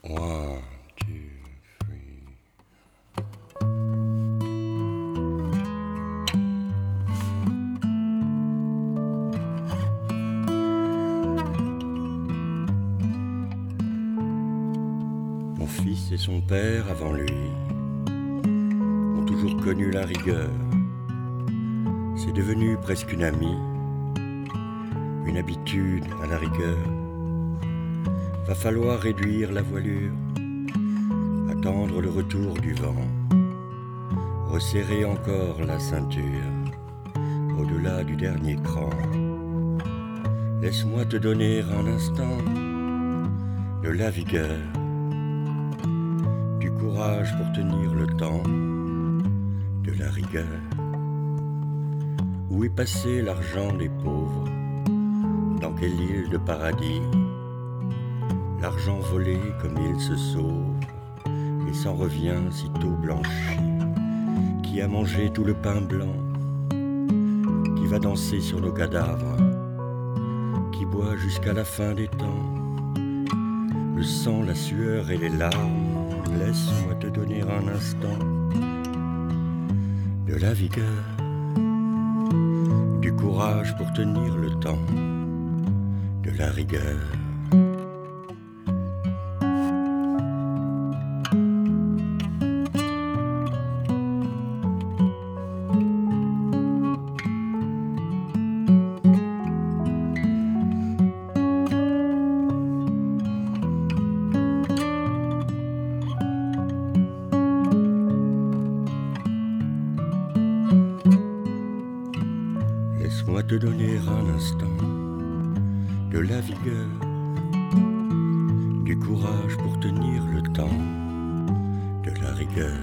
One, two, three. Mon fils et son père avant lui ont toujours connu la rigueur. C'est devenu presque une amie, une habitude à la rigueur. Va falloir réduire la voilure, attendre le retour du vent, resserrer encore la ceinture, au-delà du dernier cran. Laisse-moi te donner un instant de la vigueur, du courage pour tenir le temps, de la rigueur. Où est passé l'argent des pauvres? Dans quelle île de paradis? L'argent volé comme il se sauve et s'en revient sitôt blanchi. Qui a mangé tout le pain blanc? Qui va danser sur nos cadavres? Qui boit jusqu'à la fin des temps? Le sang, la sueur et les larmes. Laisse-moi te donner un instant de la vigueur, du courage pour tenir le temps, de la rigueur. Laisse-moi te donner un instant de la vigueur, du courage pour tenir le temps, de la rigueur.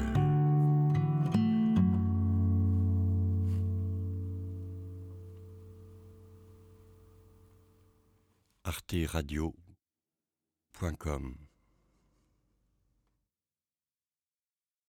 arteradio.com